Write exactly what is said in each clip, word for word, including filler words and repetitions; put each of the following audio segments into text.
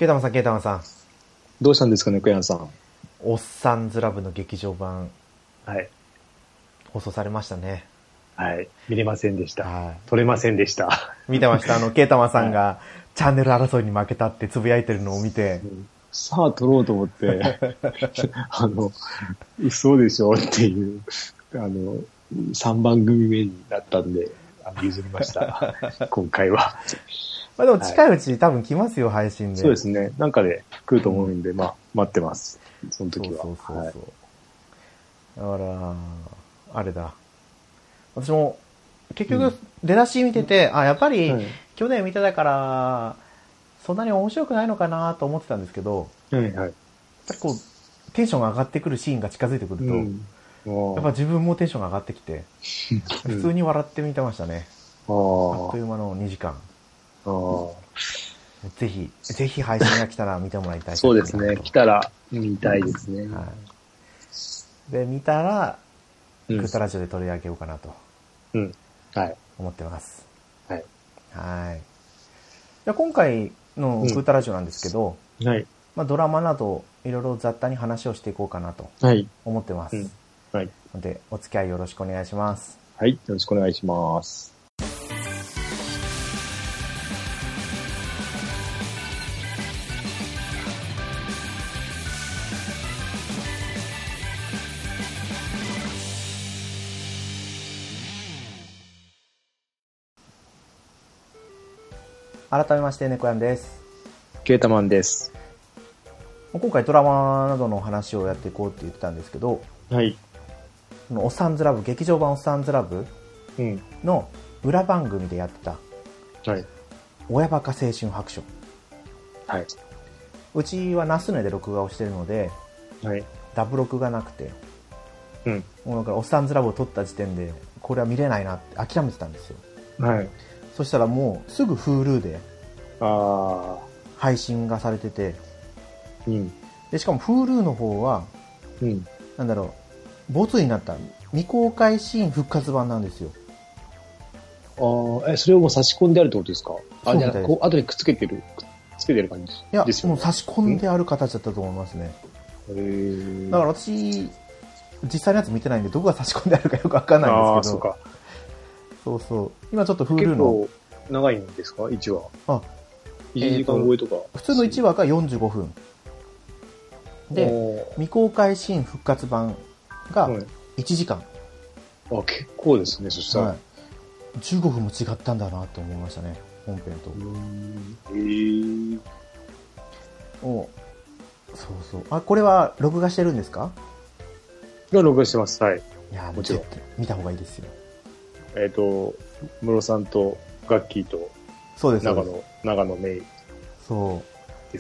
ケイタマンさん、ケイタマンさん。 どうしたんですかね、小山さん。 おっさんずラブの劇場版、 はい。 放送されましたね。 はい。見れませんでした。 はい。 撮れませんでした。 見てました。あの、ケイタマンさんが、はい、チャンネル争いに負けたってつぶやいてるのを見て。 うん、さあ撮ろうと思って、あの、嘘でしょっていう、あの、さんばん組目になったんで、あの譲りました。今回は。 まあでも近いうち、はい、多分来ますよ、配信で。 そうですね。なんかで来ると思うんで、うん、まあ、待ってます。その時は。 そうそうそうそう、はい、だから、あれだ。私も、結局、出だし見てて、うん、あ、やっぱり、去年見てたから、そんなに面白くないのかなと思ってたんですけど、 はいはい。やっぱりこう、テンションが上がってくるシーンが近づいてくると、うん、やっぱ自分もテンションが上がってきて、普通に笑って見てましたね。うん、あっという間のにじかん。あぜひ、ぜひ配信が来たら見てもらいたい。 そうですね。来たら見たいですね。はい、 で、見たら、グッドラジオで取り上げようかなと。 うん。はい。 思ってます。 はい。 はい。じゃ今回のグッドラジオなんですけど、 うん、はい。 まあ、ドラマなど、いろいろ雑多に話をしていこうかなと。思ってます。はい。うん、 はい。 ので、お付き合いよろしくお願いします。 はい。よろしくお願いします。 改めまして、猫やんです。 ケータマンです。 今回ドラマなどの話をやっていこうって言ってたんですけど、 はい。 このおっさんずラブ、劇場版おっさんずラブの裏番組でやってた、はい。親バカ青春白書。 はい。 うちはナスネで録画をしてるので、 はい。 ダブ録がなくて、 うん。 もうだからおっさんずラブを撮った時点で、これは見れないなって諦めてたんですよ。 はい。 そしたらもうすぐ Hulu で配信がされてて、 うん、 でしかも Hulu の方は、 うん、 なんだろう、ボツになった未公開シーン復活版なんですよ。 ああ、え、それをもう差し込んであるってことですか？あ、じゃあこう後でくっつけてる、くっつけてる感じですよね。 いや、もう差し込んである形だったと思いますね。へー。だから私実際のやつ見てないんでどこが差し込んであるかよくわかんないんですけど。あ、そうか。そうそう。今ちょっと Hulu の。 結構長いんですか ?いち 話。あ、いちじかん超えとか、えー。 普通のいちわがよんじゅうごふん。で、未公開シーン復活版がいちじかん。 はい、あ、結構ですね、そしたら。はい、 じゅうごふんも違ったんだなと思いましたね、本編と。 へー。 お、そうそう。あ、これは録画してるんですか？ が録画してます、はい。 いや、もちろん。見た方がいいですよ。 えっ、ー、と、ムロさんとガッキーと、 そうです。 長野、長野メイ。 そう。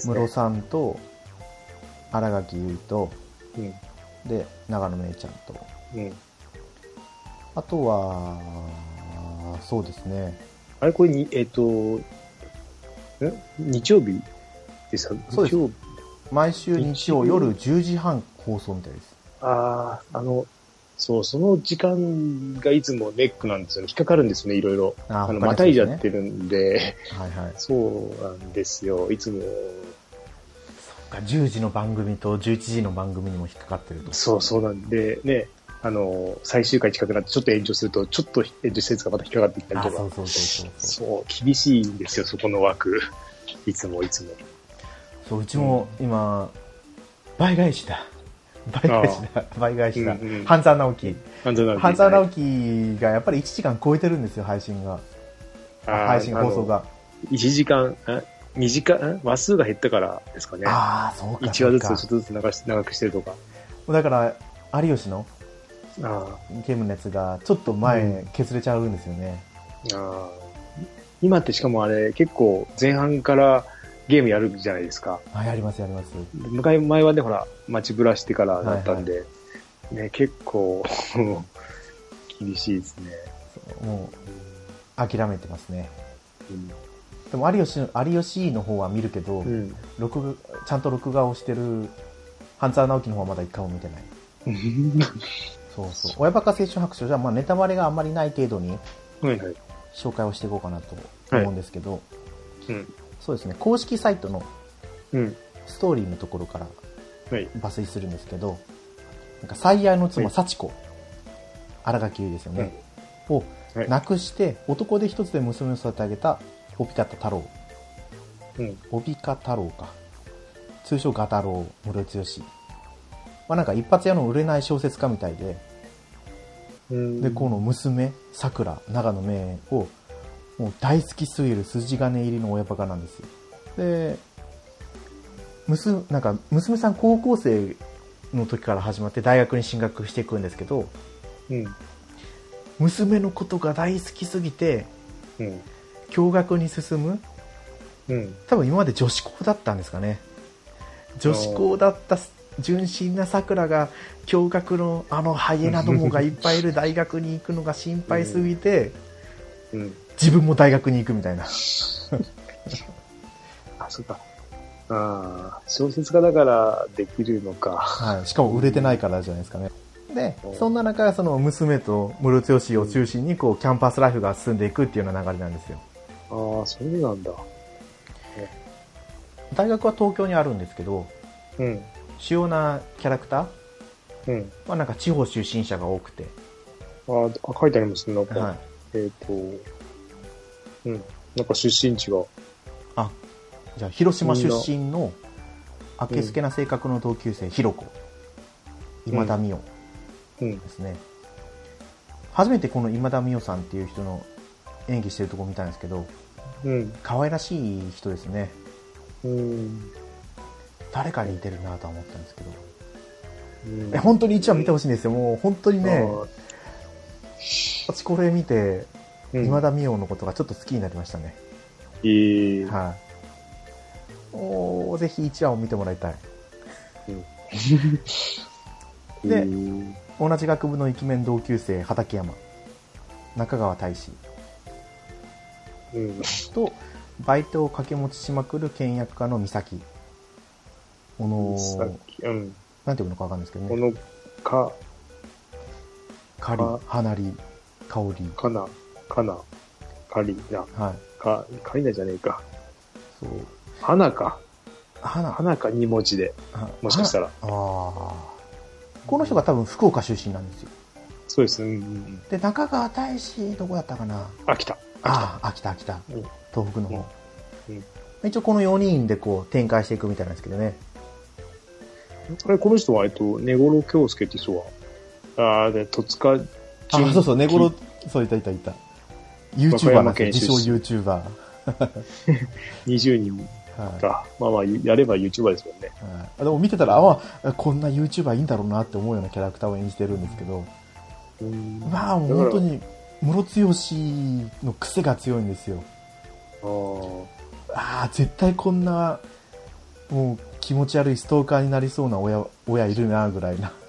ムロさんと、新垣結衣と、うん、で、長野めいちゃんと。うん、あとは、そうですね。 あれこれに、えっ、ー、と、え日曜日ですか？ そうです。毎週日曜夜じゅうじはん放送みたいです。 ああ、あの、そう、その時間がいつもネックなんですよね。引っかかるんですよね、いろいろ。ああの、またいじゃってるんで。はいはい。そうなんですよ、いつも。 そっか、じゅうじの番組とじゅういちじの番組にも引っかかってると。 そうそうなんで、ね、あの、最終回近くなってちょっと延長すると、ちょっと延長したやつがまた引っかかってきたりとか。 そうそうそうそうそう。そう、厳しいんですよ、そこの枠。いつもいつも。 そう、うちも今、倍返しだ。倍返しだ。倍返しだ。うんうん、半沢直樹。半沢直樹。半沢直樹がやっぱりいちじかん超えてるんですよ、配信が。配信放送が。 いちじかん、にじかん、話数が減ったからですかね。 ああ、そうか。 いちわずつちょっとずつ長し長くしてるとか。 だから、有吉のゲームのやつがちょっと前削れちゃうんですよね。 うん、あ今ってしかもあれ結構前半からゲームやるじゃないですか。 あ、やりますやります。 前前はね、ほら、街ぶらしてからだったんで、はいはい、ね、結構、厳しいですね。 もう、諦めてますね。うん、でも、有吉の、有吉の方は見るけど、うん、録ちゃんと録画をしてる、半沢直樹の方はまだ一回も見てない。そうそう。親バカ青春白書じゃ、まあ、ネタバレがあんまりない程度に、 はいはい、 紹介をしていこうかなと思うんですけど、はい、うん、そうですね、公式サイトのうん、 ストーリーのところからはい、 抜粋するんですけど、なんか最愛の妻、 はい、 幸子、新垣結衣ですよね、 はい、 を亡くして男で一つで娘を育ててあげた帯方太郎、うん、帯方太郎か、通称ガ太郎室剛、まあ、なんか一発屋の売れない小説家みたいで、でこの娘さくら長野芽郁をもう大好きすぎる筋金入りの親バカなんですよ。で娘なんか娘さん高校生の時から始まって大学に進学していくんですけど、うん、娘のことが大好きすぎて、うん、共学に進む、うん、多分今まで女子校だったんですかね。女子校だった純真なさくらが共学のあのハイエナどもがいっぱいいる大学に行くのが心配すぎて、うんうん、自分も大学に行くみたいなあ、そうか。あ、小説家だからできるのか、 はい、しかも売れてないからじゃないですかね。でそんな中、その娘と室剛を中心にこうキャンパスライフが進んでいくっていうような流れなんですよ。 ああ、そうなんだ。 大学は東京にあるんですけど、うん、主要なキャラクター、うん、はなんか地方出身者が多くて、 ああ、書いてありますね。なんか、はい、えっ、ー、と、うん、なんか出身地が、あ、 じゃあ広島出身のあけすけな性格の同級生、ひろこ、今田美桜ですね、うんうん、初めてこの今田美桜さんっていう人の演技してるところ見たんですけど、うん、可愛らしい人ですね。うん、誰かに似てるなとは思ったんですけど、うん、え本当にいちわ見てほしいんですよ。もう本当にね、私これ見て、うん、今田美桜のことがちょっと好きになりましたね。 えー、 はい、おぜひいちわを見てもらいたい、うん、で、えー、同じ学部のイケメン同級生畠山、中川大志、うん、とバイトを掛け持ちしまくる倹約家の美咲、この、うん、なんていうのかわかんないですけどね。 このか、 かり、はなり、かおり。 かな、かな、かりな。はい。か、かりなじゃねえか。そう。はなか。はな。はなかに文字で。もしかしたら。ああ。 この人が多分福岡出身なんですよ。 そうですね。うん、 で、中川大志、どこだったかな。 秋田。 ああ、秋田、秋田。うん、東北の方。うんうん、一応このよにんでこう展開していくみたいなんですけどね。 あれ、この人は、えっと、根室京介って人は、ああ、で、戸塚純あ、そうそう、根室、そういたいたいた。YouTuber なんですよ、自称 YouTuber。 にじゅうにんか。はい、まあまあ、やれば YouTuber ですもんね。 はい、でも見てたら、ああ、こんな YouTuber いいんだろうなって思うようなキャラクターを演じてるんですけど、うん、まあ、もう本当に、室剛の癖が強いんですよ。ああ、絶対こんな、もう気持ち悪いストーカーになりそうな親、親いるなぐらいな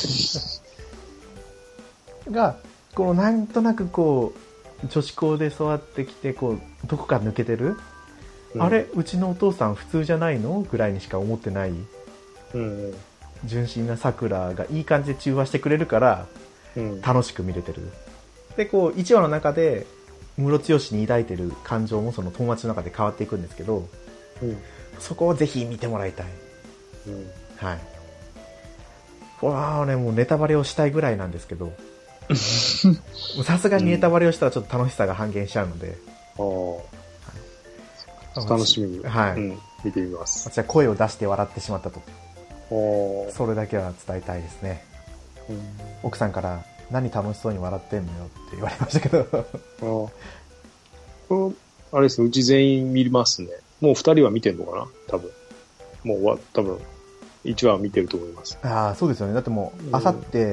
が、このなんとなくこう女子校で育ってきて、こうどこか抜けてる、うん、あれうちのお父さん普通じゃないのぐらいにしか思ってない、うん、純真なさくらがいい感じで中和してくれるから、うん、楽しく見れてる。でこういちわの中で室剛に抱いてる感情もその友達の中で変わっていくんですけど、うん、そこをぜひ見てもらいたい、うん、はい。これはね、もうネタバレをしたいぐらいなんですけどさすがにネタバレをしたらちょっと楽しさが半減しちゃうので、 うんはい、楽しみに、はいうん、見てみます。 私は声を出して笑ってしまったと、それだけは伝えたいですね、うん、奥さんから何楽しそうに笑ってんのよって言われましたけどあこれあれですね、うち全員見ますね。もう二人は見てんのかな多分。もうわ、多分、一話は見てると思います。 ああ、そうですよね。だってもう、あさって、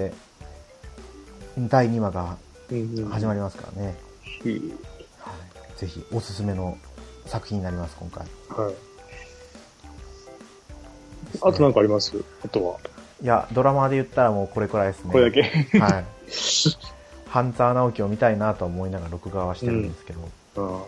だいにわが始まりますからね。うんうんはい、ぜひ、おすすめの作品になります、今回。はい。ね、 あと何かあります？あとは。 いや、ドラマで言ったらもうこれくらいですね。 これだけはい。半沢直樹を見たいなと思いながら録画はしてるんですけど。うんあ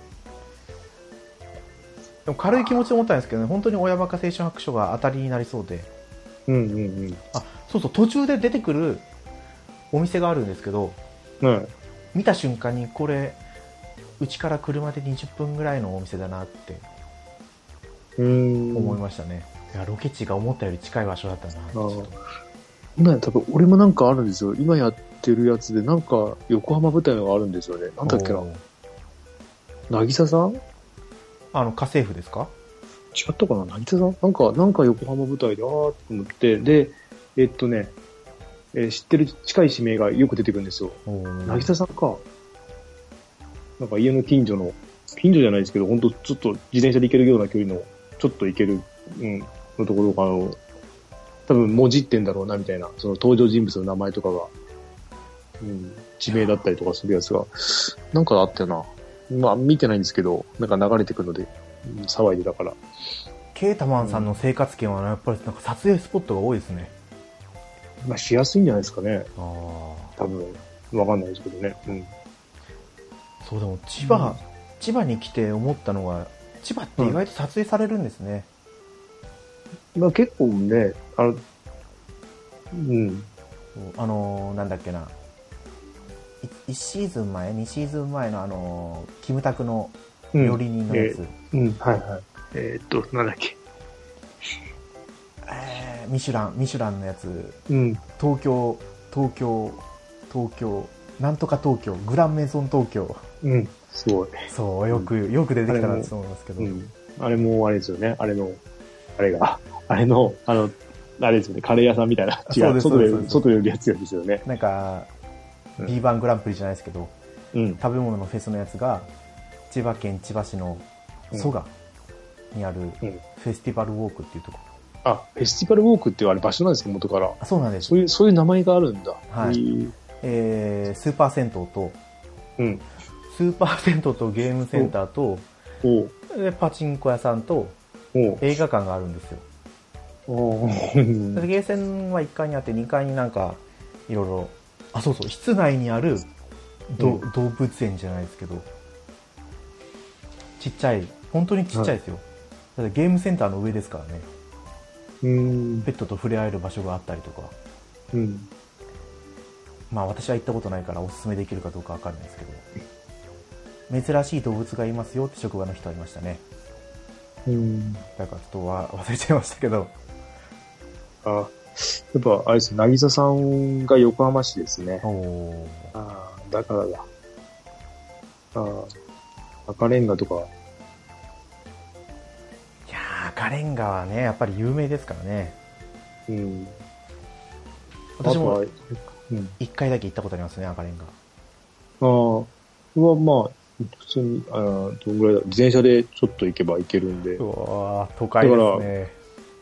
でも軽い気持ちで思ったんですけどね、本当に親バカ青春白書が当たりになりそうで、うんうんうん、あそうそう途中で出てくるお店があるんですけど、うん、見た瞬間にこれうちから車でにじゅっぷんぐらいのお店だなって思いましたね。いや、ロケ地が思ったより近い場所だったな。 今多分俺もなんかあるんですよ。今やってるやつでなんか横浜舞台のがあるんですよね。なんだっけな。なぎささん？ あの、家政婦ですか？ 違ったかな、なぎささんなんか、なんか横浜舞台で、あーと思って、で、えっとね、えー、知ってる近い地名がよく出てくるんですよ。なぎささんか。なんか家の近所の、近所じゃないですけど、ほんとちょっと自転車で行けるような距離の、ちょっと行ける、うん、のところが、あの、多分文字ってんだろうな、みたいな、その登場人物の名前とかが、うん、地名だったりとかするやつが、なんかあったよな。まあ見てないんですけど、なんか流れてくるので、うん、騒いでたから。 ケータマンさんの生活圏はやっぱりなんか撮影スポットが多いですね。 まあしやすいんじゃないですかね。 ああ。 多分、わかんないですけどね。うん。 そうでも千葉、うん、千葉に来て思ったのが、千葉って意外と撮影されるんですね。 うん、まあ結構ね、あの、うん。 あのー、なんだっけな。いちシーズン前、にシーズン前のあのー、キムタクの料理人のやつ。 うん、えーうん、はいはい。えー、っと、なんだっけ。 えー、ミシュラン、ミシュランのやつ。 うん。 東京、東京、東京、なんとか東京、グランメゾン東京。 うん、すごい。 そう、よく、うん、よく出てきたなと思いますけど。 うん。あれもあれですよね。あれの、あれが、あれの、あの、あれですよね。カレー屋さんみたいな。違う、外で、外で売るやつですよね。 なんか、ビーワン グランプリじゃないですけど、 うん、 食べ物のフェスのやつが千葉県千葉市の蘇我にあるフェスティバルウォークっていうところ、うん、あ、フェスティバルウォークっていうあれ場所なんですか、元から。 あ、そうなんです。 そういうそういう名前があるんだ。 はい。えー、スーパー銭湯と、 うん、 スーパー銭湯とゲームセンターとでパチンコ屋さんと映画館があるんですよ。 おゲーセンはいっかいにあってにかいになんかいろいろ、あ、そうそう、室内にあるど、うん、動物園じゃないですけど、ちっちゃい、本当にちっちゃいですよ。はい、だってゲームセンターの上ですからね。 うーん、 ペットと触れ合える場所があったりとか。 うん、 まあ私は行ったことないからおすすめできるかどうかわかんないですけど、珍しい動物がいますよって職場の人はいましたね。 うん、 だからちょっとは忘れちゃいましたけど。 あ、やっぱあれです、なぎささんが横浜市ですね。 おああ、だからだ。ああ、赤レンガとか。いやー、赤レンガはね、やっぱり有名ですからね。 うん。 私も一回だけ行ったことありますね、赤レンガ。 ああ、はまあ、普通に、あどんぐらいだ、自転車でちょっと行けば行けるんで。 うわー、都会ですね。 だから、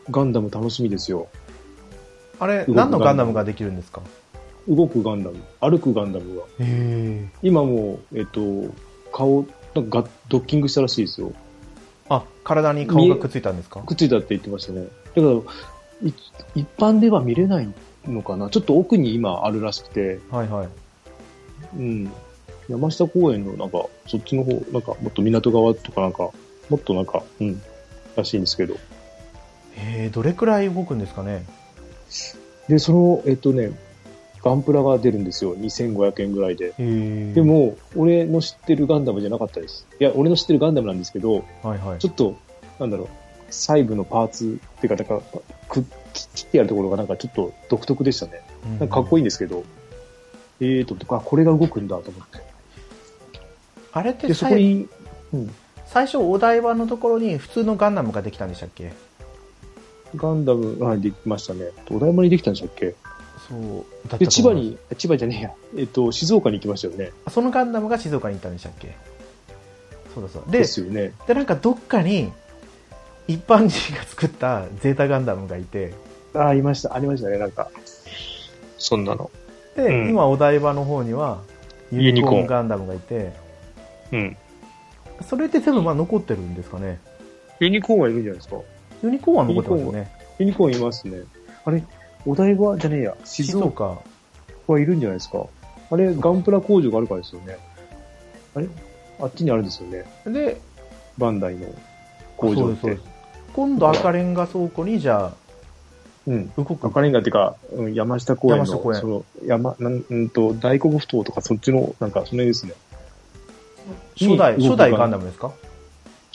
ガンダム楽しみですよ。 あれ、何のガンダムができるんですか？ 動くガンダム、歩くガンダムが。 へ今もう、えっと、顔、なんかドッキングしたらしいですよ。 あ、体に顔がくっついたんですか？ くっついたって言ってましたね。だから、一般では見れないのかな。ちょっと奥に今あるらしくて。 はいはい。 うん。山下公園のなんか、そっちの方、なんかもっと港側とかなんか、もっとなんか、うん、らしいんですけど。 へえ、どれくらい動くんですかね？ で、その、えっとね、ガンプラが出るんですよ。にせんごひゃくえんぐらいで。でも、俺の知ってるガンダムじゃなかったです。いや、俺の知ってるガンダムなんですけど、 はいはい、 ちょっと、なんだろう、細部のパーツっていうか、なんか、く切ってやるところがなんかちょっと独特でしたね。なんかかっこいいんですけど、えーと、あ、これが動くんだと思って。 あれってで、そこに、うん、 最初お台場のところに普通のガンダムができたんでしたっけ？ ガンダム、はい、できましたね。お台場にできたんでしたっけ？ そうだった。で、千葉に、千葉じゃねえや。えっと、静岡に行きましたよね。 そのガンダムが静岡に行ったんでしたっけ？そうだそうだ。で、 ですよね。 で、なんかどっかに一般人が作ったゼータガンダムがいて。 ああ、いました。ありましたね、なんか。そんなの。 で、うん、今お台場の方にはユニコーンガンダムがいて。 うん。 それって全部まあ残ってるんですかね？ ユニコーンはいるんじゃないですか？ ユニコーンは残ってますよね。 ユニコーンいますね。あれ、お台場じゃねえや。静岡はいるんじゃないですか？あれ、ガンプラ工場があるからですよね。あれあっちにあるんですよね。 で、 バンダイの工場って。そうです。 今度赤レンガ倉庫にじゃあ、 うん。動く。赤レンガっていうか、うん、山下公園の、 山下公園。 その、山、なんんと、大黒ふ頭とかそっちの、なんか、その辺ですね。 初代、初代ガンダムですか？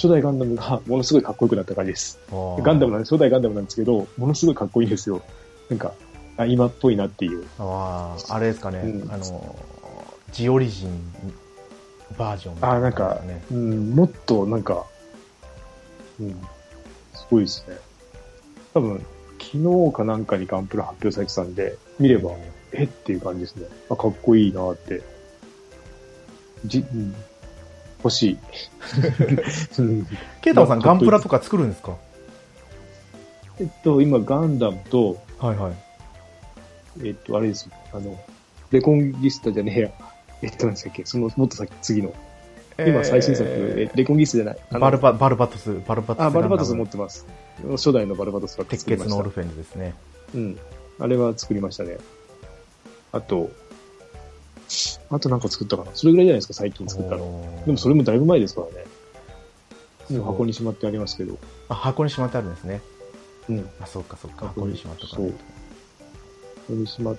初代ガンダムがものすごいかっこよくなった感じです。ガンダムなんで、初代ガンダムなんですけど、ものすごいかっこいいんですよ。なんか、あ今っぽいなっていう。 ああ、あれですかね、うん、あの、ジオリジンバージョン、ね。 ああ、なんか、うん、もっとなんか、うん、すごいですね。多分、昨日かなんかにガンプラ発表されてたんで、見れば、うん、えっていう感じですね。あ、かっこいいなって。じ、うん、欲しい。 ケイタマさん、ガンプラとか作るんですか？ えっと、今、ガンダムと、 はいはい。 えっと、あれですよ。あの、レコンギスタじゃねえや。えっと、何でしたっけ？その、もっと先、次の。今、最新作、えー、レコンギスタじゃない。 バルバ、バルバトス、バルバトス。 あ、バルバトス持ってます。初代のバルバトスは鉄血のオルフェンズですね。 うん。あれは作りましたね。あと、あとなんか作ったかな。それぐらいじゃないですか、最近作ったの。でもそれもだいぶ前ですからね。もう箱にしまってありますけど。 あ、箱にしまってあるんですね。 うん。 あ、そうかそうか。箱にしまったか。 そう。箱にしまって、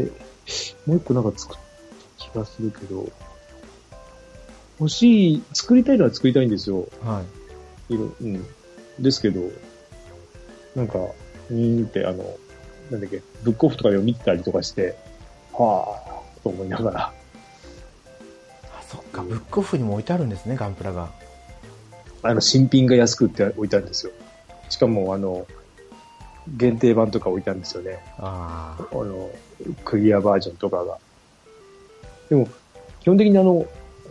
もう一個なんか作った気がするけど、欲しい、作りたいのは作りたいんですよ。 はい。 いろ、うん。ですけど、なんか、うーんって、あの、なんだっけ、ブックオフとかで見てたりとかして、はぁ、と思いながら。 あ、そっか、ブックオフにも置いてあるんですね、ガンプラが。 あの、新品が安くって置いてあるんですよ。しかも、あの、限定版とか置いてあるんですよね。 ああの、クリアバージョンとかが。でも、基本的にあの、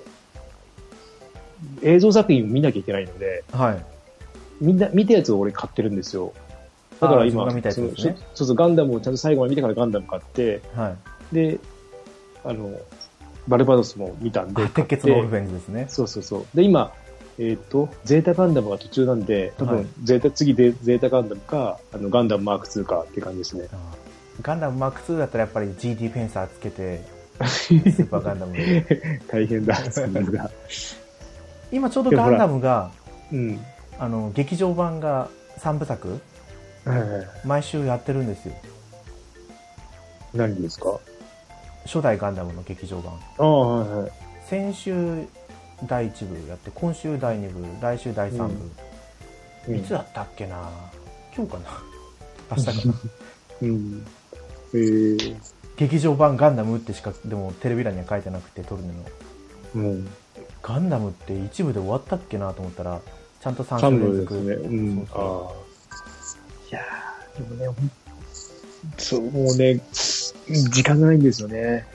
映像作品見なきゃいけないので、 はい。 みんな、見たやつを俺買ってるんですよ。だから今、 見たやつですね、 そうそう、ガンダムをちゃんと最後まで見てからガンダム買って、 はい。 で、あの、バルバドスも見たんで。 鉄血のオルフェンズですね。 そうそうそう。で、今、えっと、ゼータガンダムが途中なんで、多分、ゼータ、次でゼータガンダムか、あの、ガンダムマークツーかって感じですね。 ガンダムマークツーだったらやっぱり ジーティー フェンサーつけて、スーパーガンダムで。 大変だ、そんなが。 今ちょうどガンダムが、 うん、 あの、劇場版がさんぶさく、はいはい、毎週やってるんですよ。 何ですか？ 初代ガンダムの劇場版。 ああ、はいはい。 先週だいいち部やって、今週だいに部、来週だいさん部。うん、いつだったっけな、今日かな明日かな、 うん、えー、 劇場版ガンダムってしか、でもテレビ欄には書いてなくて、撮るの。うん、ガンダムって一部で終わったっけなと思ったら、ちゃんとさんしゅう連続。 ですね。うん。そうそう、ああ。いやー、でもね、そう、もうね、時間がないんですよね。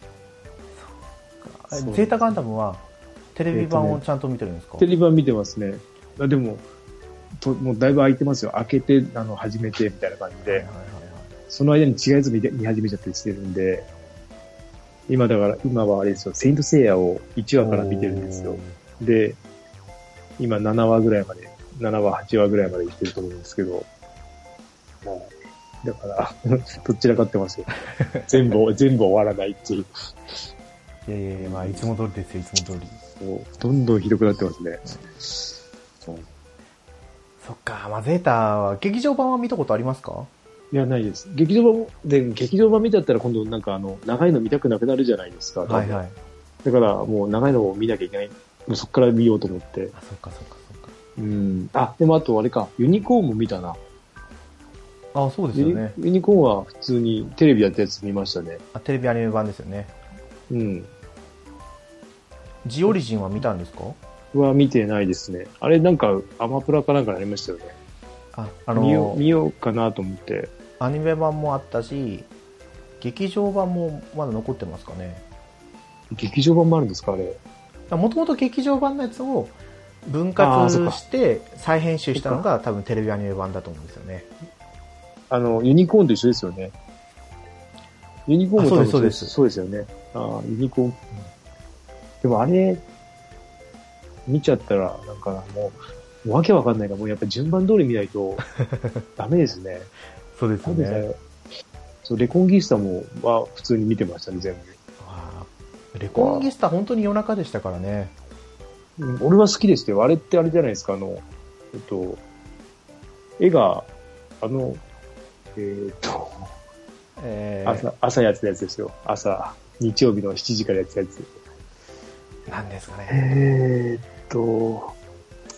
そうか。ゼータガンダムは、テレビ版をちゃんと見てるんですか？ えー、テレビ版見てますね。あでもと、もうだいぶ空いてますよ。開けて、あの、始めて、みたいな感じで。はいはいはいはい、その間に違うやつ見見始めちゃったりしてるんで、今だから、今はあれですよ、セイントセイヤをいちわから見てるんですよ。で、今ななわぐらいまで、ななわ、はちわぐらいまで来てると思うんですけど、もう、だから、どちらかってますよ。全部、全部終わらないっていう。 いやいやいや、まあ、いつも通りですよ、いつも通り。 もうどんどんひどくなってますね。 そう。そっか、まあ、ゼータは、劇場版は見たことありますか？ いや、ないです。劇場版で、劇場版見ちゃったら今度なんかあの、長いの見たくなくなるじゃないですか。 はいはい。 だからもう長いのを見なきゃいけない。もうそっから見ようと思って。 あ、そっかそっかそっか。 うん。あ、でもあとあれか、ユニコーンも見たな。 あ、そうですよね。 ユニ、ユニコーンは普通にテレビやったやつ見ましたね。 あ、テレビアニメ版ですよね。 うん。 ジオリジンは見たんですか？ は見てないですね。あれなんかアマプラかなんかにありましたよね。 あ、あのー、 見よう、見ようかなと思って。 アニメ版もあったし、劇場版もまだ残ってますかね。 劇場版もあるんですか、あれ。 もともと劇場版のやつを分割して再編集したのが多分テレビアニメ版だと思うんですよね。 あの、ユニコーンと一緒ですよね。ユニコーンも多分そうです、 そうですよね。ああ、ユニコーン。うん、でもあれ、見ちゃったら、なんかもう、わけわかんないから、もうやっぱ順番通り見ないとダメですね。 そうですよね。 そう、レコンギスタも、は普通に見てましたね、全部。 あレコンギスタ本当に夜中でしたからね。 うん、俺は好きでしたよ。あれってあれじゃないですか、あの、えっと、絵が、あの、えー、っと、えー、朝、朝やってたやつですよ。朝、日曜日のしちじからやってたやつ。 何ですかね。 えー、っと、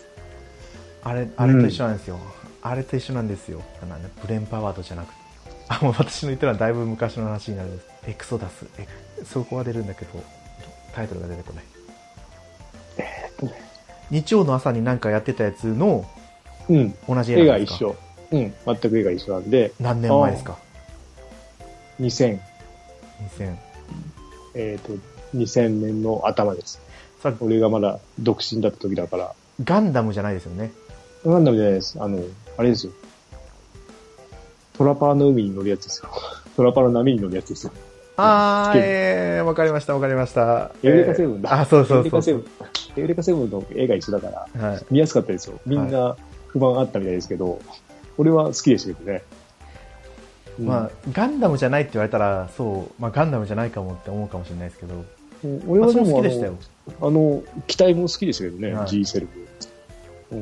あれ、あれと一緒なんですよ。うん、あれと一緒なんですよ。なんブレンパワードじゃなくて。あ、もう私の言ってるのはだいぶ昔の話になるんです。エクソダス。そこは出るんだけど、タイトルが出てこない。 えー、っとね。 日曜の朝に何かやってたやつの、 うん。 同じ映画ですか？ 絵が一緒。うん。全く絵が一緒なんで。 何年前ですか？ にせん。 にせん。 えっ、ー、と、にせんねんの頭です。俺がまだ独身だった時だから。 ガンダムじゃないですよね。 ガンダムじゃないです。あの、あれですよ。トラパーの海に乗るやつですよ。トラパーの波に乗るやつですよ。 あー、えー、わかりました、わかりました。 エウレカセブンだ。 えー、あ、そうそうそうそう。 エウレカセブンの絵が一緒だから、はい、見やすかったですよ。みんな不満あったみたいですけど、はい、俺は好きでしたけどね。 うん、まあ、ガンダムじゃないって言われたら、そう、まあ、ガンダムじゃないかもって思うかもしれないですけど、 俺はでも好きでしたよ。 あの、機体も好きでしたけどね、はい、G セルフ。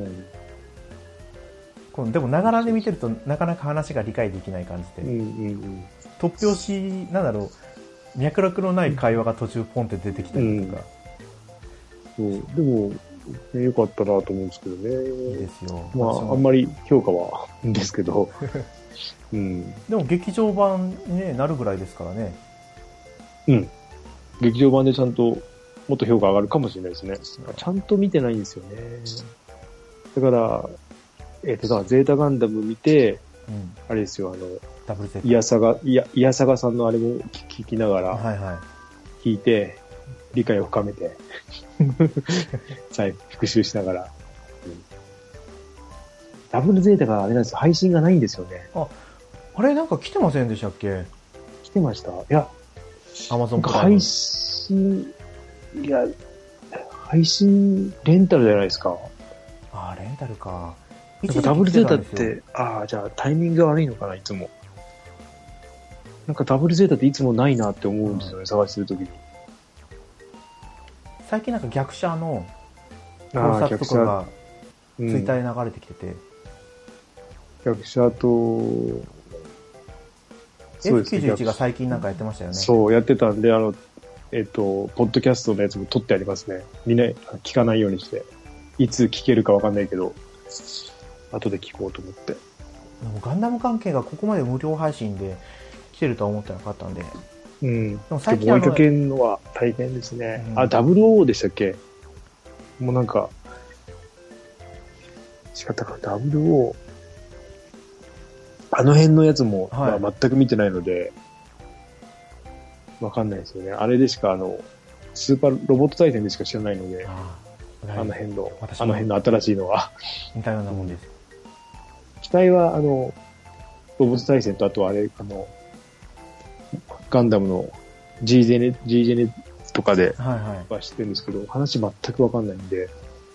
うん、でも、ながらで見てると、なかなか話が理解できない感じで、うんうんうん、突拍子、なんだろう、脈絡のない会話が途中ポンって出てきたりとか。 うん、そうでも、ね、よかったなと思うんですけどね。 いいですよ。 まあ、あんまり評価はですけど。うん、 でも劇場版に、ね、なるぐらいですからね。 うん。劇場版でちゃんともっと評価上がるかもしれないですね。ちゃんと見てないんですよね。だから、えっ、ー、と、だゼータガンダム見て、うん、あれですよ、あの、 ダブルゼータ。 イヤサガ、イヤ、イヤサガさんのあれも聞きながら、 はいはい、 聞いて、理解を深めて、再復習しながら、うん。ダブルゼータがあれなんですよ、配信がないんですよね。 あ、あれなんか来てませんでしたっけ？ 来てました。いや、 アマゾンプライム。 配信、いや、配信、レンタルじゃないですか。 ああ、レンタルか。 なんかダブルゼータって、ああ、じゃあタイミングが悪いのかな、いつも。なんかダブルゼータっていつもないなって思うんですよね、うん、探してるときに。 最近なんか逆者の考察とかがツイッターで流れてきてて。うん、 逆者と、 エフきゅうじゅういち が最近なんかやってましたよね。 そう、やってたんで、あの、えっと、ポッドキャストのやつも撮ってありますね。みんな聞かないようにして。いつ聞けるかわかんないけど、後で聞こうと思って。 でもガンダム関係がここまで無料配信で来てるとは思ってなかったんで。 うん。でも最近追いかけるのは大変ですね。うん、あ、ダブルオー でしたっけ？もうなんか、違ったか、ダブルオー。あの辺のやつも、はい、まあ、全く見てないので、わかんないですよね。あれでしか、あの、スーパーロボット対戦でしか知らないので、あ, あの辺の、あの辺の新しいのは。 似たようなもんです。 機体は、あの、ロボット対戦と、あとあれ、あの、ガンダムの G ジェネ、G ジェネとかでは知ってるんですけど、はいはい、話全くわかんないんで、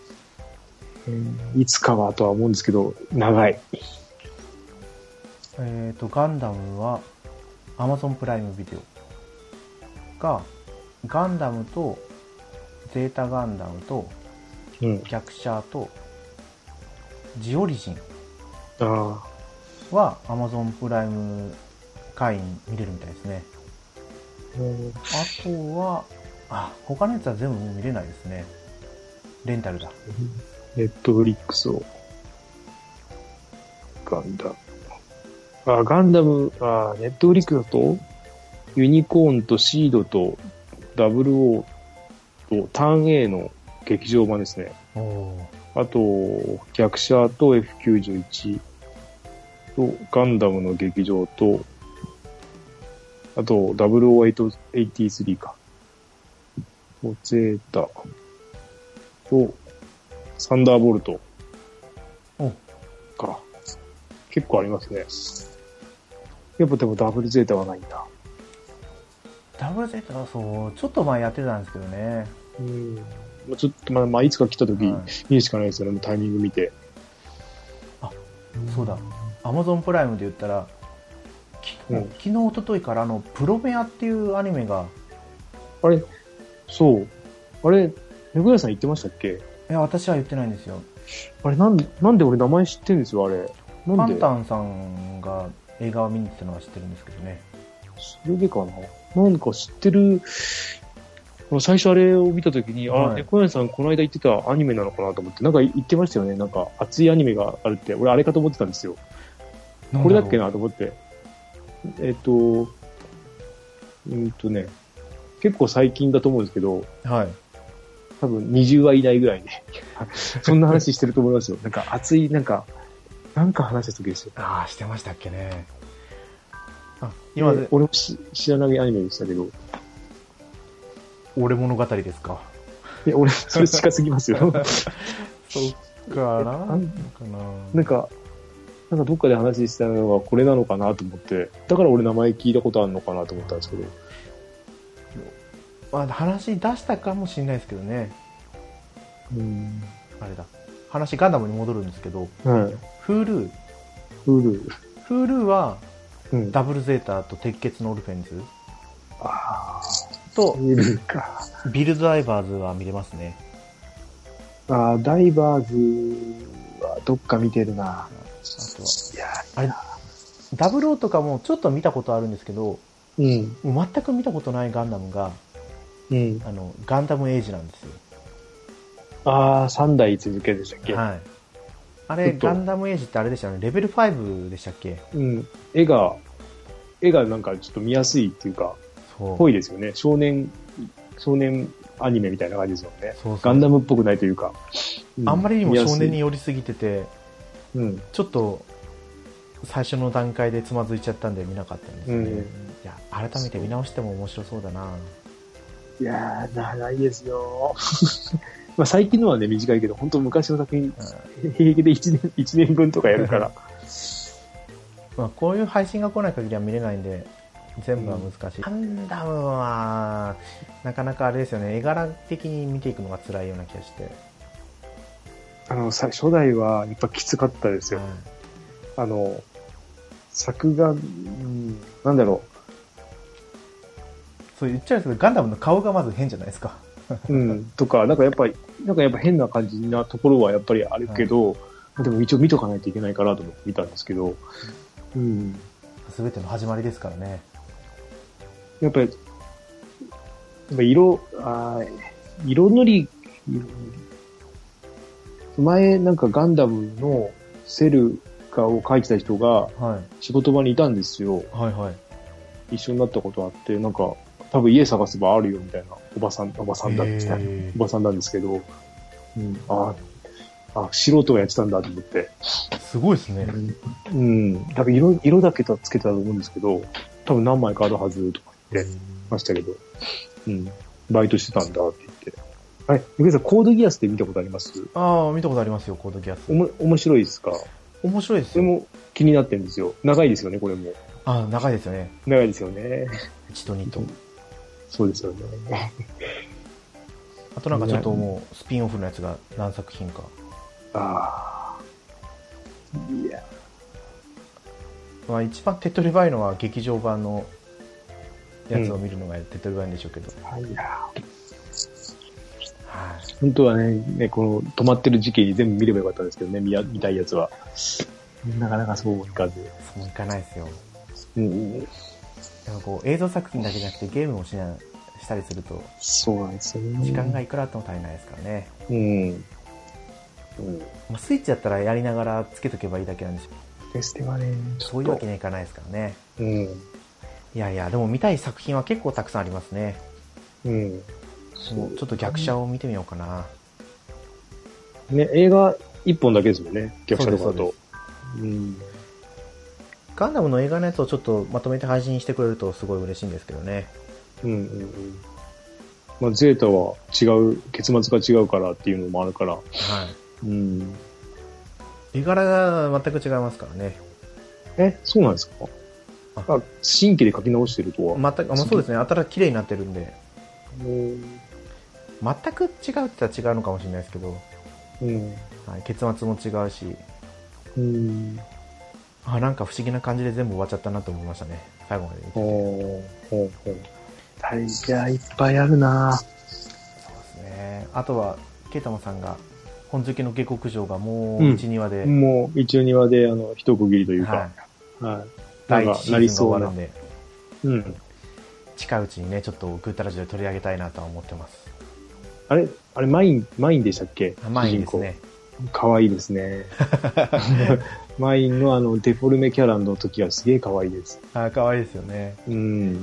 いつかはとは思うんですけど、長い。 えっと、ガンダムは Amazon プライムビデオが、ガンダムとゼータガンダムと逆者とジオリジンは Amazon プライム会員見れるみたいですね。あとは、あ、他のやつは全部見れないですね。レンタルだ。 ネットフリックスを。ガンダム。あ、ガンダム、あ、ネットフリックスだと、ユニコーンとシードとダブルオーとターン A の劇場版ですね。あと、逆者と エフきゅうじゅういち とガンダムの劇場と、あと、ダブルオーエイトエイティースリー か。と、ゼータと、サンダーボルトか。結構ありますね。やっぱでもダブルゼータはないんだ。 ダブルゼータはそう、ちょっと前やってたんですけどね。 うん。ちょっとまあ、まあ、いつか来た時、はい、見るしかないですよね。もうタイミング見て。 あ、そうだ。アマゾンプライムで言ったら、昨日、うん、昨日、一昨日からあの、プロメアっていうアニメが。 あれ、そう。あれ、めぐらさん言ってましたっけ？ いや、私は言ってないんですよ。 あれ、なんで、なんで俺名前知ってるんですよ、あれ。 パンタンさんが映画を見に行ってたのは知ってるんですけどね。 それでかな。なんか知ってる最初あれを見たときに、 はい、 あ、猫屋さんこの間言ってたアニメなのかなと思って、なんか言ってましたよね。なんか熱いアニメがあるって、俺あれかと思ってたんですよ。これだっけなと思って。えっと、うんとね、結構最近だと思うんですけど、 はい。 多分にじゅうわ以内ぐらいで、そんな話してると思いますよ。なんか熱い、なんか、なんか話した時ですよ。 ああ、してましたっけね。あ、今で、 俺も知らないアニメでしたけど。 俺物語ですか。 いや、俺、それ近すぎますよ。 そっかな。なんかな。 なんか、なんかどっかで話したのがこれなのかなと思って、だから俺名前聞いたことあるのかなと思ったんですけど。 まあ、話出したかもしれないですけどね。 うん。 あれだ。話ガンダムに戻るんですけど、はい。Hulu。 Hulu。 Hulu は、 うん、 ダブルゼータと鉄血のオルフェンズ。 ああ。 と、 Hulu か。 ビルドダイバーズは見れますね。 ああ、ダイバーズはどっか見てるな。あとは、いやあれ、ダブルオーとかもちょっと見たことあるんですけど、 うん、 もう全く見たことないガンダムが、 うん、 あのガンダムエイジなんですよ。 ああ、さんだい続けでしたっけ。 はい。あれ、ガンダムエイジってあれでしたね、レベルごでしたっけ。 うん。絵が、絵がなんかちょっと見やすいっていうか、ぽいですよね。少年、少年アニメみたいな感じですよね。そうそう、ガンダムっぽくないというか。 うん、あんまりにも少年に寄りすぎてて、 うん、 ちょっと、最初の段階でつまずいちゃったんで見なかったんですよね。うん、いや、改めて見直しても面白そうだな。 いやー、長いですよ。まあ最近のはね、短いけど、本当昔の作品、うん、平気でいちねん、いちねんぶんとかやるから。 まあこういう配信が来ない限りは見れないんで、全部は難しい。ガンダムは、なかなかあれですよね、絵柄的に見ていくのが辛いような気がして。 あの、初代はやっぱきつかったですよ。はい、あの、作画、うん、なんだろう。 そう言っちゃうんですけど、ガンダムの顔がまず変じゃないですか。 うん、とか、なんかやっぱり、なんかやっぱ変な感じなところはやっぱりあるけど、はい、でも一応見とかないといけないかなと思って見たんですけど、うん。 すべての始まりですからね。 やっぱり、やっぱ色、あ色塗り、色塗り、前なんかガンダムのセル画を描いてた人が仕事場にいたんですよ。 はいはい。 一緒になったことあって、なんか多分家探せばあるよみたいなおばさん、おばさんだって、おばさんなんですけど、うん、ああ、素人がやってたんだと思って。 すごいですね。 うん。多分色、色だけとつけてたと思うんですけど、多分何枚かあるはずとか言ってましたけど、うん。バイトしてたんだって言って。あれ、ゆげさん、コードギアスって見たことあります？ ああ、見たことありますよ、コードギアス。 おも、面白いですか？ 面白いですよ。 これも気になってるんですよ。長いですよね、これも。 ああ、長いですよね。 長いですよね。 いちとにと。 そうですよね。 あとなんかちょっともう、スピンオフのやつが何作品か。 ああ。いや。 まあ一番手っ取り早いのは劇場版のやつを見るのが手っ取り早いんでしょうけど。 うん、いや。 はい。 本当はね、ね、この止まってる時期に全部見ればよかったんですけどね、見や見たいやつは。なかなかそういかず。 そういかないですよ。 うん。 やっぱこう映像作品だけじゃなくてゲームをしなしたりすると、 そうなんですよね。 時間がいくらあっても足りないですからね。 うん。うん。 まあ、スイッチだったらやりながらつけとけばいいだけなんですよ。 テステはね、 そういうわけにはいかないですからね。 うん。いやいや、でも見たい作品は結構たくさんありますね。 うん。 もうちょっと逆車を見てみようかな。 ね、映画一本だけですもんね、逆車とかだと。うん。 ガンダムの映画のやつをちょっとまとめて配信してくれるとすごい嬉しいんですけどね。 うんうんうん。まあ、ゼータは違う、結末が違うからっていうのもあるから。はい。うん。 絵柄が全く違いますからね。 え、そうなんですか？あ、新規で書き直してるとは。 全く、あ、そうですね。新しい綺麗になってるんで。全く違うって言ったら違うのかもしれないですけど。 うん。 はい、結末も違うし。 うん。 あ、なんか不思議な感じで全部終わっちゃったなと思いましたね。最後まで見てて。 ほうほうほう。タイヤいっぱいあるな。 そうですね。あとはケイタマさんが本好きの下克上がもういち、うん、にわで、 もういち、にわであの一区切りというか、はい。 はい、第一シーズンが終わるんで、 うん。 近いうちにね、ちょっとグータラジオで取り上げたいなとは思ってます。 あれあれ、マイン、マインでしたっけ？ マインですね。 かわいいですね。マインのあの、デフォルメキャラの時はすげえかわいいです。 あ、かわいいですよね。 うん。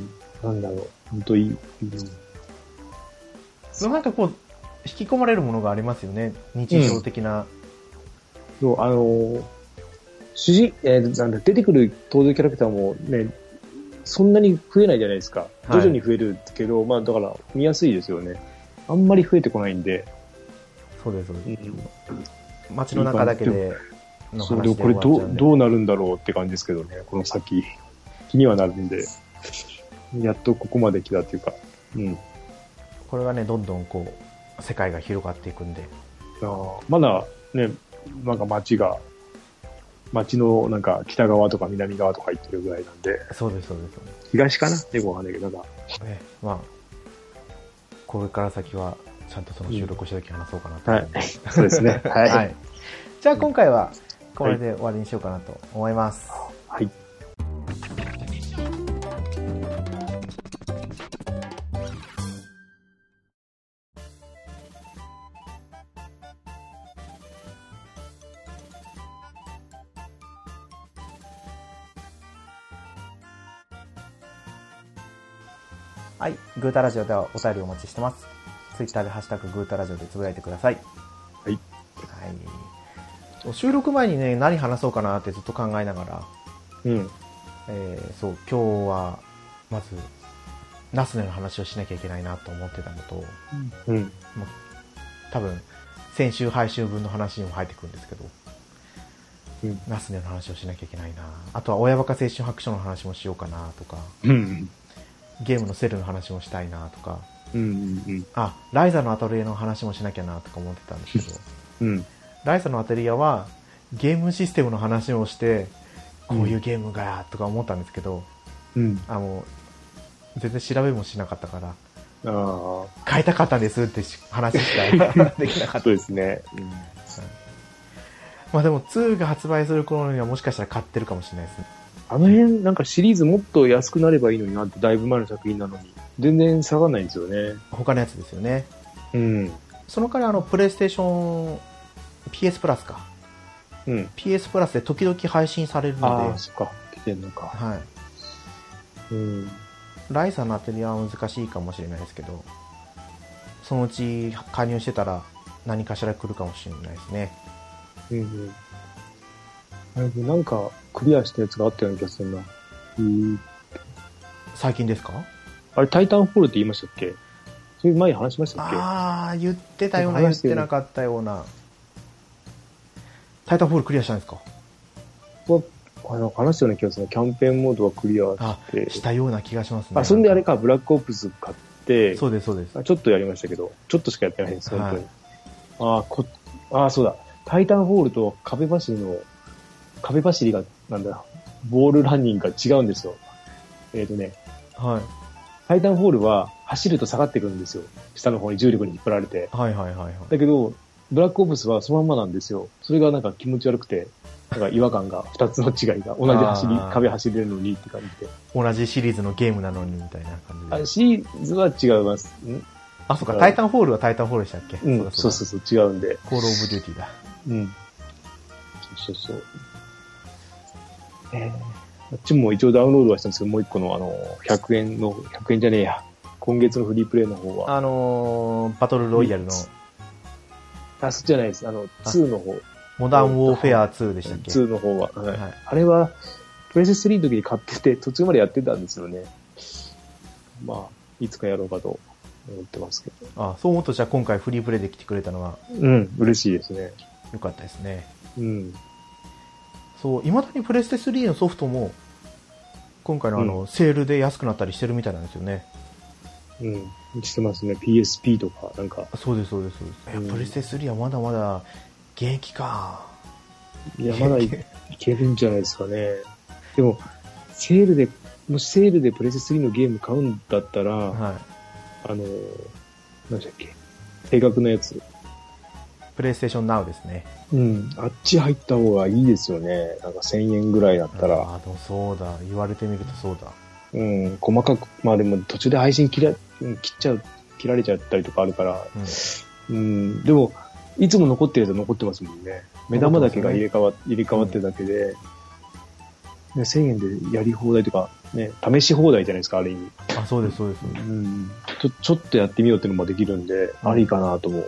なんだろう。ほんといい。うん、 でもなんかこう、引き込まれるものがありますよね。日常的な。うん、 そう、あのー、主人、えー、なんだ、出てくる登場キャラクターもね、そんなに増えないじゃないですか。徐々に増えるけど、はい、まあだから見やすいですよね。あんまり増えてこないんで。 そうです、そうです。うん、街の中だけでの話で終わっちゃうんで。 そう、でもこれどう、どうなるんだろうって感じですけどね、この先。気にはなるんで。やっとここまで来たっていうか。うん。 これがね、どんどんこう、世界が広がっていくんで。 あまだね、なんか街が、街のなんか北側とか南側とか行ってるぐらいなんで。 そうです、そうです。 東かなよくわかんないけど、なんか。 ね、まあ、これから先は、ちゃんとその収録した時話そうかなと思います、 うん。はい。そうですね。はい。はい、 じゃあ今回は、これで終わりにしようかなと思います。 はい。 はい。グータラジオではお便りお待ちしてます。ツイッターでハッシュタググータラジオでつぶやいてください。 はい。はい。 収録前にね、何話そうかなってずっと考えながら。 うん。 えー、そう、今日は、まず、ナスネの話をしなきゃいけないなと思ってたのと、 うん。 まあ、多分、先週配信分の話にも入ってくるんですけど、うん、ナスネの話をしなきゃいけないな。あとは、親バカ青春白書の話もしようかなとか、 うん。 ゲームのセルの話もしたいなとか、 うんうんうん、 あ、ライザのアトリエの話もしなきゃなとか思ってたんですけど、 うん、 ライザのアトリエはゲームシステムの話をしてこういうゲームがとか思ったんですけど、 うん、 あの全然調べもしなかったから、 あ買いたかったんですって話しかできなかった。 そうですね、うん、 まあでもツーが発売する頃にはもしかしたら買ってるかもしれないですね。 あの辺なんかシリーズもっと安くなればいいのになって、だいぶ前の作品なのに全然下がらないんですよね。 他のやつですよね。 うん。 その代わりあのプレイステーション ピーエス プラスか。 うん。 ピーエス プラスで時々配信されるので。 ああ、そっか。来てんのか。 はい。うん。ライザのアトリエは難しいかもしれないですけど、そのうち加入してたら何かしら来るかもしれないですね。 うんうん。なんかクリアしたやつがあったような気がするな。うん。 最近ですか？ あれ、タイタンフォールって言いましたっけ？それ前に話しましたっけ？ ああ、言ってたような、言ってなかったような。タイタンフォールクリアしたんですか？ あの話したような気がする。キャンペーンモードはクリアして。 したような気がしますね。 あ、そんであれか、ブラックオプス買って。 そうです、そうです。 ちょっとやりましたけど、ちょっとしかやってないです、本当に。はい、あこ、あ、そうだ。タイタンフォールと壁走りの、壁走りが、なんだ、ボールランニングが違うんですよ。えっとね。 はい。 タイタンフォールは走ると下がってくるんですよ。下の方に重力に引っ張られて。 はいはいはいはい。 だけど、ブラックオプスはそのままなんですよ。それがなんか気持ち悪くて、なんか違和感が、二つの違いが、同じ走り、壁走れるのにって感じで。 同じシリーズのゲームなのにみたいな感じで。 あ、シリーズは違います。んあ、そうか、タイタンフォールはタイタンフォールでしたっけ？ うん、そうそうそう、違うんで。 コールオブデューティーだ。 うん。そうそうそう。えー、あっちも一応ダウンロードはしたんですけど、もう一個のあの、ひゃくえんの、ひゃくえんじゃねえや。今月のフリープレイの方は。 あのー、バトルロイヤルの。 あ、そっちじゃないです。あの、ツーの方。 モダンウォーフェアツーでしたっけ？ ツーの方は。はい。はい、あれは、プレイステスリーの時に買ってて、途中までやってたんですよね。まあ、いつかやろうかと思ってますけど。 あ、そう思うとじゃあ今回フリープレイで来てくれたのは。 うん、嬉しいですね。 よかったですね。 うん。 そう、未だにプレステスリーのソフトも、今回のあの、うん、セールで安くなったりしてるみたいなんですよね。 うん。してますね。ピーエスピー とか、なんか。 そうです、そうです、そうです。うん、プレステスリーはまだまだ、現役か。 いや、まだいけるんじゃないですかね。でも、セールで、もしセールでプレステスリーのゲーム買うんだったら、はい、あの、何でしたっけ、定額のやつ。 プレイステーションナウですね。 うん。あっち入った方がいいですよね。なんかせんえんぐらいだったら。 ああ、でもそうだ。言われてみるとそうだ。 うん、細かく、まあでも途中で配信切ら、切っちゃう、切られちゃったりとかあるから、うん、うん、でも、いつも残ってるやつは残ってますもんね。目玉だけが入れ替わ、入れ替わってるだけで、うん、ね、せんえんでやり放題とか、ね、試し放題じゃないですか、ある意味。 あ、そうです、そうです。うん、 ちょ、ちょっとやってみようっていうのもできるんで、うん、ありかなと思う。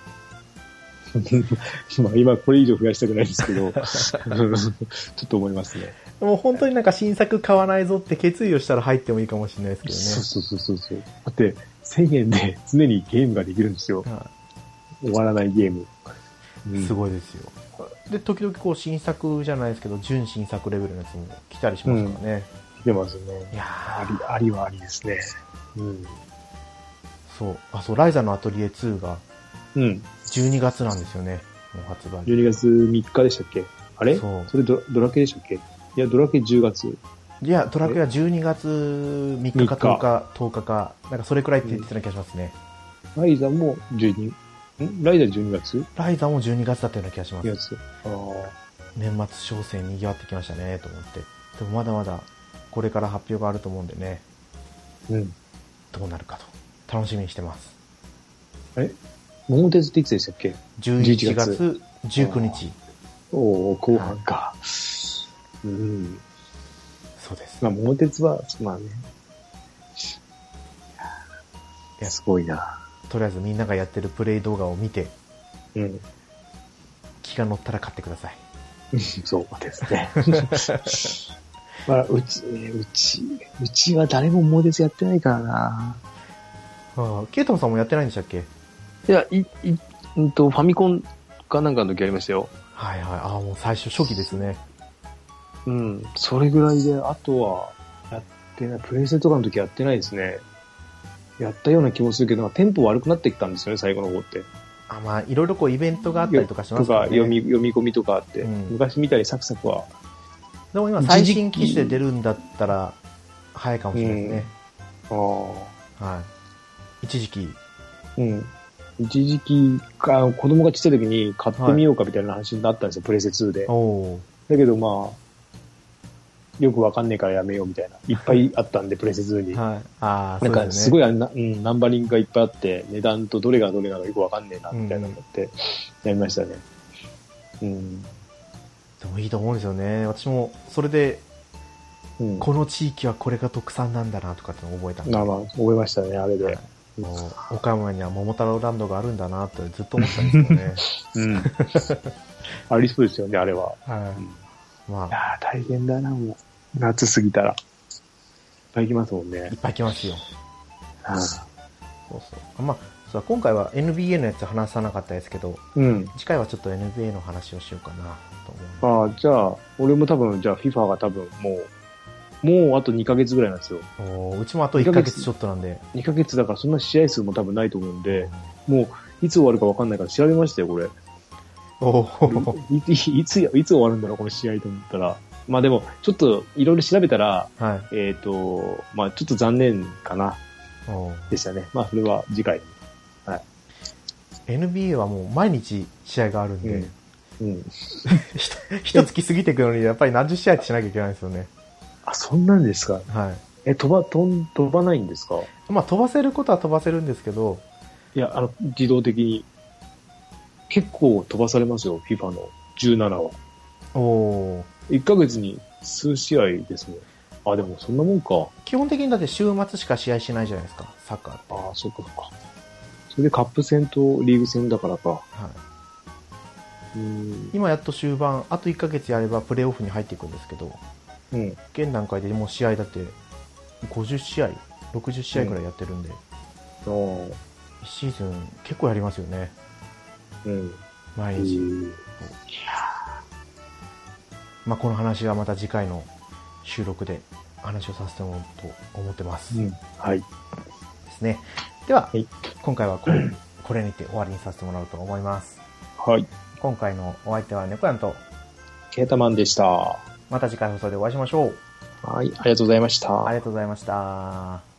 まあ今これ以上増やしたくないんですけど、ちょっと思いますね。 もう本当になんか新作買わないぞって決意をしたら入ってもいいかもしれないですけどね。 そうそうそうそう。だってせんえんで常にゲームができるんですよ。はい、終わらないゲーム。 うん、すごいですよ。で、時々こう新作じゃないですけど、純新作レベルのやつも来たりしますからね。 うん、出ますね。 いやあり、ありはありですね。うん。 そう。あ、そう、ライザのアトリエツーが、 うん。 じゅうにがつなんですよね。もう発売。 じゅうにがつみっかでしたっけ？あれ？そう。それドドラケでしたっけ？いや、ドラケじゅうがつ。 いや、ドラケはじゅうにがつみっかかとおか、とおかか、なんかそれくらいって言ってた気がしますね。 うん、ライザもじゅうに、んライザじゅうにがつ？ ライザもじゅうにがつだったような気がします。 じゅうにがつ。ああ。 年末商戦にぎわってきましたね、と思って。でもまだまだ、これから発表があると思うんでね。 うん。 どうなるかと。楽しみにしてます。 え桃鉄っていつでしたっけ？ じゅういちがつじゅうくにち。 おお、後半か。うん。 そうです。 まあ、桃鉄は、まあね。いや、すごいな。 とりあえずみんながやってるプレイ動画を見て、 うん。 気が乗ったら買ってください。 そうですね。まあ、うち、うち、うちは誰も桃鉄やってないからな。 ああ、ケイトンさんもやってないんでしたっけ？ いや、い、い、うんと、ファミコンかなんかの時ありましたよ。 はいはい。ああ、もう最初初期ですね。 うん。それぐらいで、あとは、やってない。プレイステとかの時やってないですね。やったような気もするけど、テンポ悪くなってきたんですよね、最後の方って。 あ、まあ、いろいろこうイベントがあったりとかしますね。 とか、読み、読み込みとかあって、うん、昔みたいにサクサクは。 でも今、最新機種で出るんだったら、早いかもしれないですね。 うん、ああ。はい。一時期。 うん。一時期か、子供がちっちゃい時に買ってみようかみたいな話になったんですよ、はい、プレステツーで。 おだけどまあ、よくわかんねえからやめようみたいな。いっぱいあったんで、プレステツーに。 はい。ああ、 なんかすごいあんな、うん、ナンバリングがいっぱいあって、値段とどれがどれなのかよくわかんねえな、みたいなのって、やりましたね。うん。 でもいいと思うんですよね。私も、それで、うん、この地域はこれが特産なんだなとかって覚えたんで。 まあまあ、覚えましたね、あれで。はい、 もう岡山には桃太郎ランドがあるんだなってずっと思ったんですよね。 うん。ありそうですよね、あれは。 はい。うん、まあ。 いや大変だな、もう。夏過ぎたら。いっぱい行きますもんね。 いっぱい行きますよ。 はあ、 そうそう。まあ、そう今回は エヌビーエー のやつ話さなかったですけど、 うん。 次回はちょっと エヌビーエー の話をしようかなと思う。ああ、じゃあ、俺も多分、じゃあ FIFA が多分もう、もうあとにかげつぐらいなんですよ。 おうちもあといっかげつちょっとなんで。 にかげつだからそんな試合数も多分ないと思うんで、うん、もういつ終わるか分かんないから調べましたよ、これ。 おい, い, い, ついつ終わるんだろう、この試合と思ったら。まあでも、ちょっといろいろ調べたら、 はい、 えっ、ー、と、まあちょっと残念かな。でしたね。まあそれは次回。はい。 エヌビーエー はもう毎日試合があるんで、 うん。うん、 一月過ぎていくのにやっぱり何十試合ってしなきゃいけないんですよね。 あ、そんなんですか。 はい。 え、飛ば、飛ん、飛ばないんですか？ まあ飛ばせることは飛ばせるんですけど。 いや、あの、自動的に。結構飛ばされますよ、FIFA のじゅうななは。 おー。 いっかげつに数試合ですね。あ、でもそんなもんか。 基本的にだって週末しか試合しないじゃないですか、サッカーって。 ああ、そうかそうか。それでカップ戦とリーグ戦だからか。はい。 うん。今やっと終盤、あといっかげつやればプレーオフに入っていくんですけど、 うん。 現段階でもう試合だってごじゅっしあい、ろくじゅっしあいくらいやってるんで、 うん、 いちシーズン結構やりますよね。 うん。 毎日。いやまあこの話はまた次回の収録で話をさせてもらおうと思ってます。 うん、はい。 ですね。では、はい、今回はこれ、これにて終わりにさせてもらおうと思います。 はい。 今回のお相手は猫やんとケータマンでした。 また次回放送でお会いしましょう。 はい、ありがとうございました。 ありがとうございました。